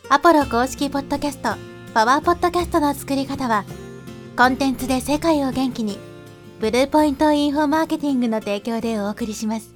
アポロ公式ポッドキャスト、パワーポッドキャストの作り方は、コンテンツで世界を元気に、ブルーポイントインフォマーケティングの提供でお送りします。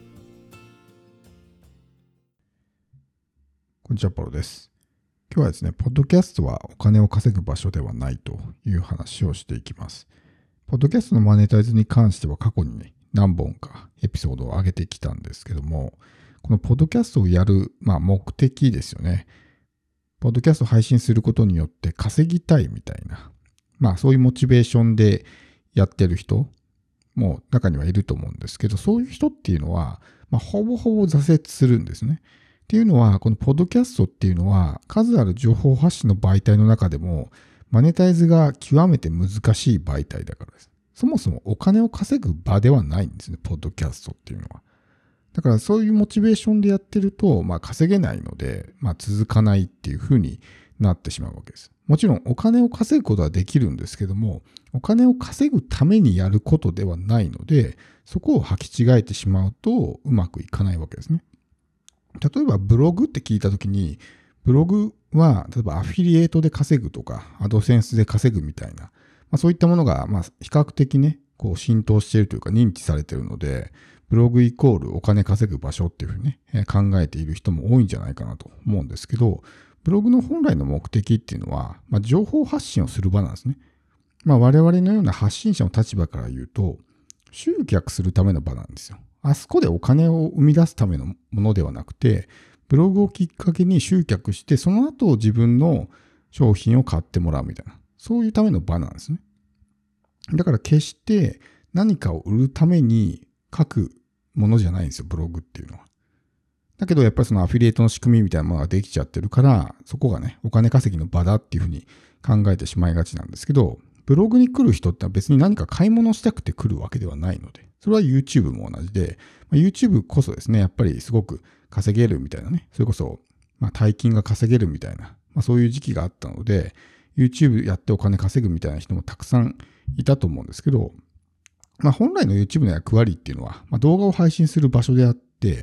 こんにちは、ポロです。今日はですね、ポッドキャストはお金を稼ぐ場所ではないという話をしていきます。ポッドキャストのマネタイズに関しては過去にね、何本かエピソードを上げてきたんですけども、このポッドキャストをやる、目的ですよね。ポッドキャストを配信することによって稼ぎたいみたいな、そういうモチベーションでやってる人も中にはいると思うんですけど、そういう人っていうのは、ほぼほぼ挫折するんですね。っていうのは、このポッドキャストっていうのは、数ある情報発信の媒体の中でも、マネタイズが極めて難しい媒体だからです。そもそもお金を稼ぐ場ではないんですね、ポッドキャストっていうのは。だからそういうモチベーションでやってると、稼げないので、続かないっていう風になってしまうわけです。もちろんお金を稼ぐことはできるんですけども、お金を稼ぐためにやることではないので、そこを履き違えてしまうとうまくいかないわけですね。例えばブログって聞いたときに、ブログは例えばアフィリエイトで稼ぐとか、アドセンスで稼ぐみたいな、そういったものが比較的ね、こう浸透しているというか認知されているので、ブログイコールお金稼ぐ場所っていうふうにね、考えている人も多いんじゃないかなと思うんですけど、ブログの本来の目的っていうのは、情報発信をする場なんですね。我々のような発信者の立場から言うと、集客するための場なんですよ。あそこでお金を生み出すためのものではなくて、ブログをきっかけに集客して、その後自分の商品を買ってもらうみたいな、そういうための場なんですね。だから決して何かを売るために書くものじゃないんですよ、ブログっていうのは。だけどやっぱりそのアフィリエイトの仕組みみたいなものができちゃってるから、そこがね、お金稼ぎの場だっていうふうに考えてしまいがちなんですけど、ブログに来る人って別に何か買い物したくて来るわけではないので、それは YouTube も同じで、YouTube こそですね、やっぱりすごく稼げるみたいなね、それこそ大金が稼げるみたいな、そういう時期があったので、YouTube やってお金稼ぐみたいな人もたくさんいたと思うんですけど、本来の YouTube の役割っていうのは、動画を配信する場所であって、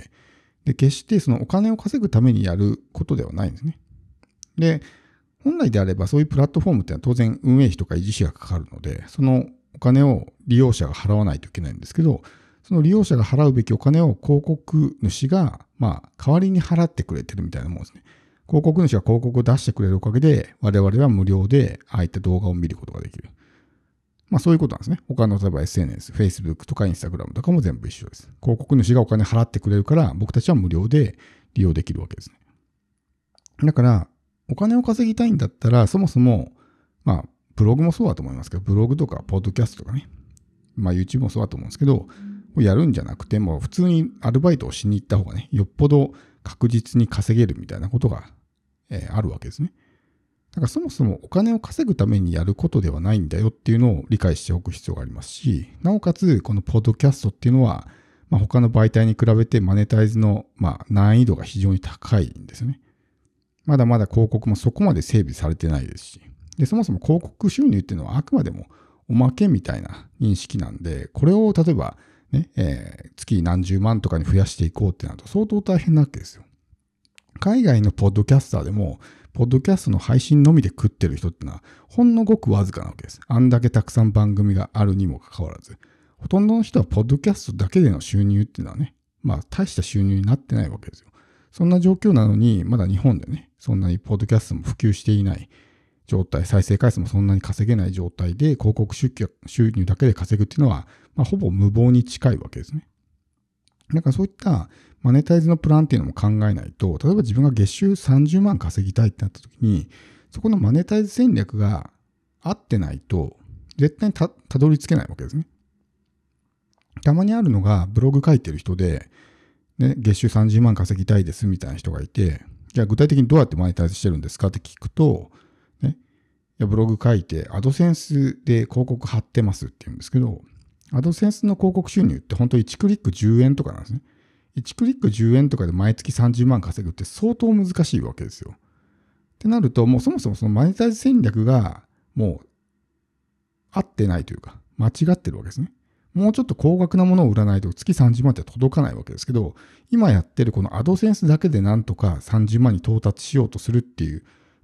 で、決してそのお金を稼ぐためにやることではないんですね。で、本来であればそういうプラットフォームっていうのは当然運営費とか維持費がかかるので、そのお金を利用者が払わないといけないんですけど、その利用者が払うべきお金を広告主が代わりに払ってくれてるみたいなもんですね。広告主が広告を出してくれるおかげで、我々は無料でああいった動画を見ることができる。そういうことなんですね。他の例えば SNS、Facebook とか Instagram とかも全部一緒です。広告主がお金払ってくれるから、僕たちは無料で利用できるわけですね。だから、お金を稼ぎたいんだったら、そもそも、ブログもそうだと思いますけど、ブログとか、ポッドキャストとかね、YouTube もそうだと思うんですけど、やるんじゃなくて、もう普通にアルバイトをしに行った方がね、よっぽど確実に稼げるみたいなことが、あるわけですね。だからそもそもお金を稼ぐためにやることではないんだよっていうのを理解しておく必要がありますし、なおかつこのポッドキャストっていうのは、他の媒体に比べてマネタイズの難易度が非常に高いんですね。まだまだ広告もそこまで整備されてないですし、で、そもそも広告収入っていうのはあくまでもおまけみたいな認識なんで、これを例えばね、月何十万とかに増やしていこうってなると相当大変なわけですよ。海外のポッドキャスターでも、ポッドキャストの配信のみで食ってる人ってのは、ほんのごくわずかなわけです。あんだけたくさん番組があるにもかかわらず。ほとんどの人はポッドキャストだけでの収入っていうのはね、大した収入になってないわけですよ。そんな状況なのに、まだ日本でね、そんなにポッドキャストも普及していない状態、再生回数もそんなに稼げない状態で、広告収入だけで稼ぐっていうのは、ほぼ無謀に近いわけですね。だからそういったマネタイズのプランっていうのも考えないと、例えば自分が月収30万稼ぎたいってなった時に、そこのマネタイズ戦略が合ってないと、絶対にたどり着けないわけですね。たまにあるのが、ブログ書いてる人で、月収30万稼ぎたいですみたいな人がいて、じゃあ具体的にどうやってマネタイズしてるんですかって聞くと、ブログ書いて、アドセンスで広告貼ってますって言うんですけど、アドセンスの広告収入って本当1クリック10円とかなんですね。1クリック10円とかで毎月30万稼ぐって相当難しいわけですよ。ってなると、もうそもそもそのマネタイズ戦略がもう合ってないというか、間違ってるわけですね。もうちょっと高額なものを売らないと月30万って届かないわけですけど、今やってるこのアドセンスだけでなんとか30万に到達しようとするっていう、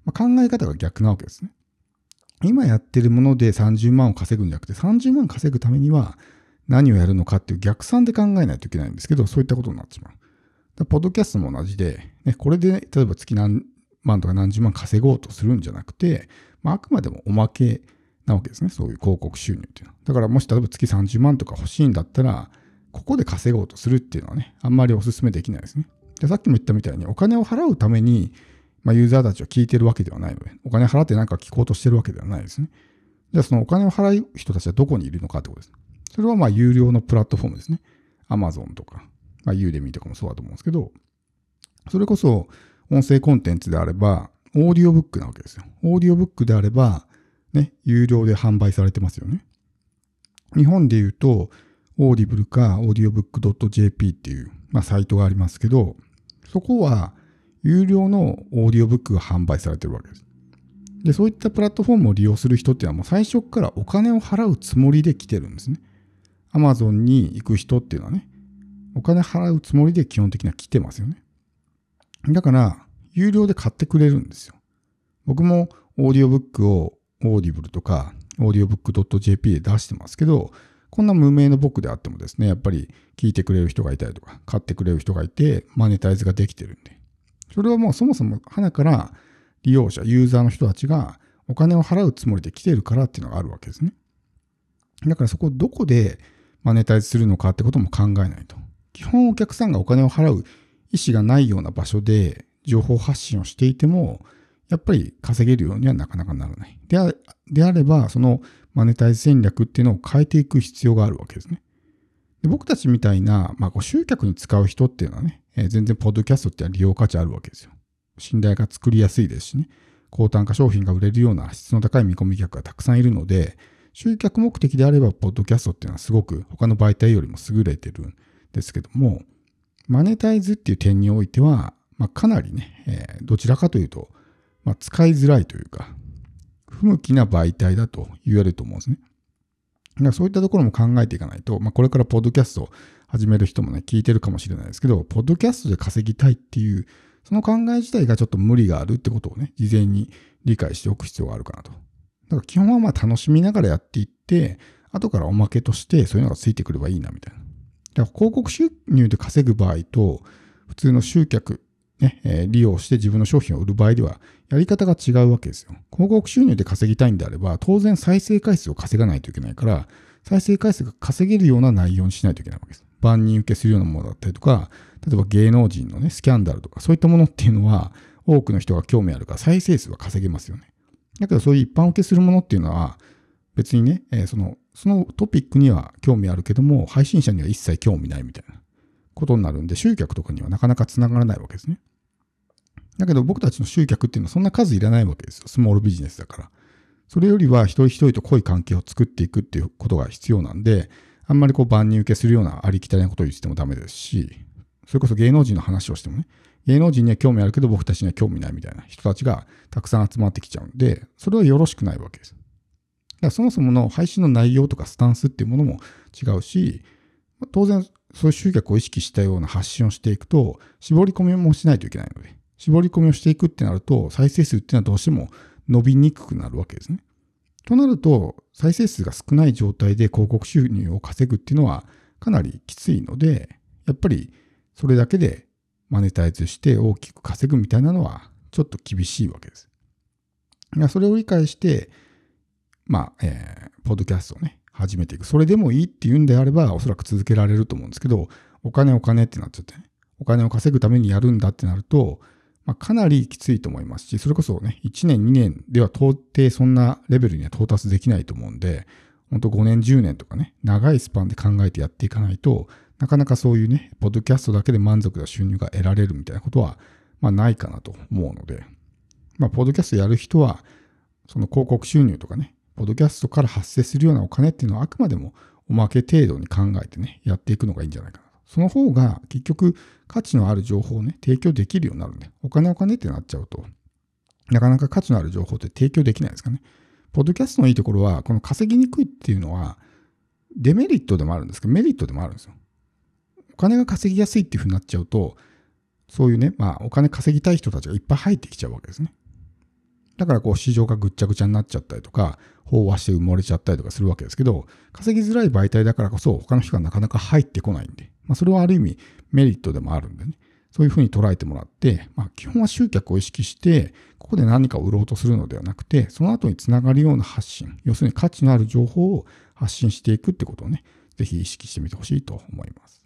考え方が逆なわけですね。今やってるもので30万を稼ぐんじゃなくて、30万稼ぐためには何をやるのかっていう逆算で考えないといけないんですけど、そういったことになってしまう。ポッドキャストも同じで、これで例えば月何万とか何十万稼ごうとするんじゃなくて、あくまでもおまけなわけですね。そういう広告収入っていうのは。だからもし例えば月30万とか欲しいんだったら、ここで稼ごうとするっていうのはね、あんまりお勧めできないですね。で、さっきも言ったみたいにお金を払うために、ユーザーたちを聞いてるわけではないので、お金払って何か聞こうとしてるわけではないですね。じゃあそのお金を払う人たちはどこにいるのかってことです。それは有料のプラットフォームですね。Amazon とか、Udemy とかもそうだと思うんですけど、それこそ音声コンテンツであれば、オーディオブックなわけですよ。オーディオブックであれば、有料で販売されてますよね。日本で言うと、オーディブルか audiobook.jp っていう、サイトがありますけど、そこは有料のオーディオブックが販売されてるわけです。で、そういったプラットフォームを利用する人っていうのはもう最初からお金を払うつもりで来てるんですね。Amazon に行く人っていうのはね、お金払うつもりで基本的には来てますよね。だから、有料で買ってくれるんですよ。僕もオーディオブックをオーディブルとか audiobook.jp で出してますけど、こんな無名の僕であってもですね、やっぱり聞いてくれる人がいたりとか、買ってくれる人がいて、マネタイズができてるんで。それはもうそもそも花から利用者、ユーザーの人たちがお金を払うつもりで来てるからっていうのがあるわけですね。だからそこをどこでマネタイズするのかってことも考えないと。基本お客さんがお金を払う意思がないような場所で情報発信をしていても、やっぱり稼げるようにはなかなかならない。であれば、そのマネタイズ戦略っていうのを変えていく必要があるわけですね。で、僕たちみたいな、集客に使う人っていうのはね、全然ポッドキャストって利用価値あるわけですよ。信頼が作りやすいですしね、高単価商品が売れるような質の高い見込み客がたくさんいるので、集客目的であれば、ポッドキャストっていうのはすごく他の媒体よりも優れてるんですけども、マネタイズっていう点においては、かなりね、どちらかというと、使いづらいというか、不向きな媒体だと言えると思うんですね。だからそういったところも考えていかないと、これからポッドキャストを始める人もね、聞いてるかもしれないですけど、ポッドキャストで稼ぎたいっていう、その考え自体がちょっと無理があるってことをね、事前に理解しておく必要があるかなと。だから基本は楽しみながらやっていって、後からおまけとしてそういうのがついてくればいいなみたいな。だから広告収入で稼ぐ場合と、普通の集客、利用して自分の商品を売る場合では、やり方が違うわけですよ。広告収入で稼ぎたいんであれば、当然再生回数を稼がないといけないから、再生回数が稼げるような内容にしないといけないわけです。万人受けするようなものだったりとか、例えば芸能人のね、スキャンダルとか、そういったものっていうのは、多くの人が興味あるから再生数は稼げますよね。だけどそういう一般受けするものっていうのは、別にね、そのトピックには興味あるけども、配信者には一切興味ないみたいなことになるんで、集客とかにはなかなかつながらないわけですね。だけど僕たちの集客っていうのはそんな数いらないわけですよ。スモールビジネスだから。それよりは一人一人と濃い関係を作っていくっていうことが必要なんで、あんまり万人受けするようなありきたりなことを言ってもダメですし、それこそ芸能人の話をしてもね、芸能人には興味あるけど僕たちには興味ないみたいな人たちがたくさん集まってきちゃうんで、それはよろしくないわけです。だからそもそもの配信の内容とかスタンスっていうものも違うし、当然そういう集客を意識したような発信をしていくと、絞り込みもしないといけないので、絞り込みをしていくってなると、再生数っていうのはどうしても伸びにくくなるわけですね。となると、再生数が少ない状態で広告収入を稼ぐっていうのはかなりきついので、やっぱりそれだけでマネタイズして大きく稼ぐみたいなのはちょっと厳しいわけです。それを理解して、ポッドキャストをね、始めていく。それでもいいっていうんであれば、おそらく続けられると思うんですけど、お金ってなっちゃってね、お金を稼ぐためにやるんだってなると、かなりきついと思いますし、それこそね、1年、2年では到底そんなレベルには到達できないと思うんで、本当5年、10年とかね、長いスパンで考えてやっていかないと、なかなかそういうね、ポッドキャストだけで満足な収入が得られるみたいなことは、ないかなと思うので、ポッドキャストやる人は、その広告収入とかね、ポッドキャストから発生するようなお金っていうのはあくまでもおまけ程度に考えてね、やっていくのがいいんじゃないかな。その方が結局価値のある情報をね、提供できるようになるんで、お金ってなっちゃうと、なかなか価値のある情報って提供できないですかね。ポッドキャストのいいところは、この稼ぎにくいっていうのは、デメリットでもあるんですけど、メリットでもあるんですよ。お金が稼ぎやすいっていう風になっちゃうと、そういうね、お金稼ぎたい人たちがいっぱい入ってきちゃうわけですね。 だから市場がぐっちゃぐちゃになっちゃったりとか、飽和して埋もれちゃったりとかするわけですけど、稼ぎづらい媒体だからこそ他の人がなかなか入ってこないんで、それはある意味メリットでもあるんでね。そういうふうに捉えてもらって、基本は集客を意識して、ここで何かを売ろうとするのではなくて、その後につながるような発信、要するに価値のある情報を発信していくってことをね、ぜひ意識してみてほしいと思います。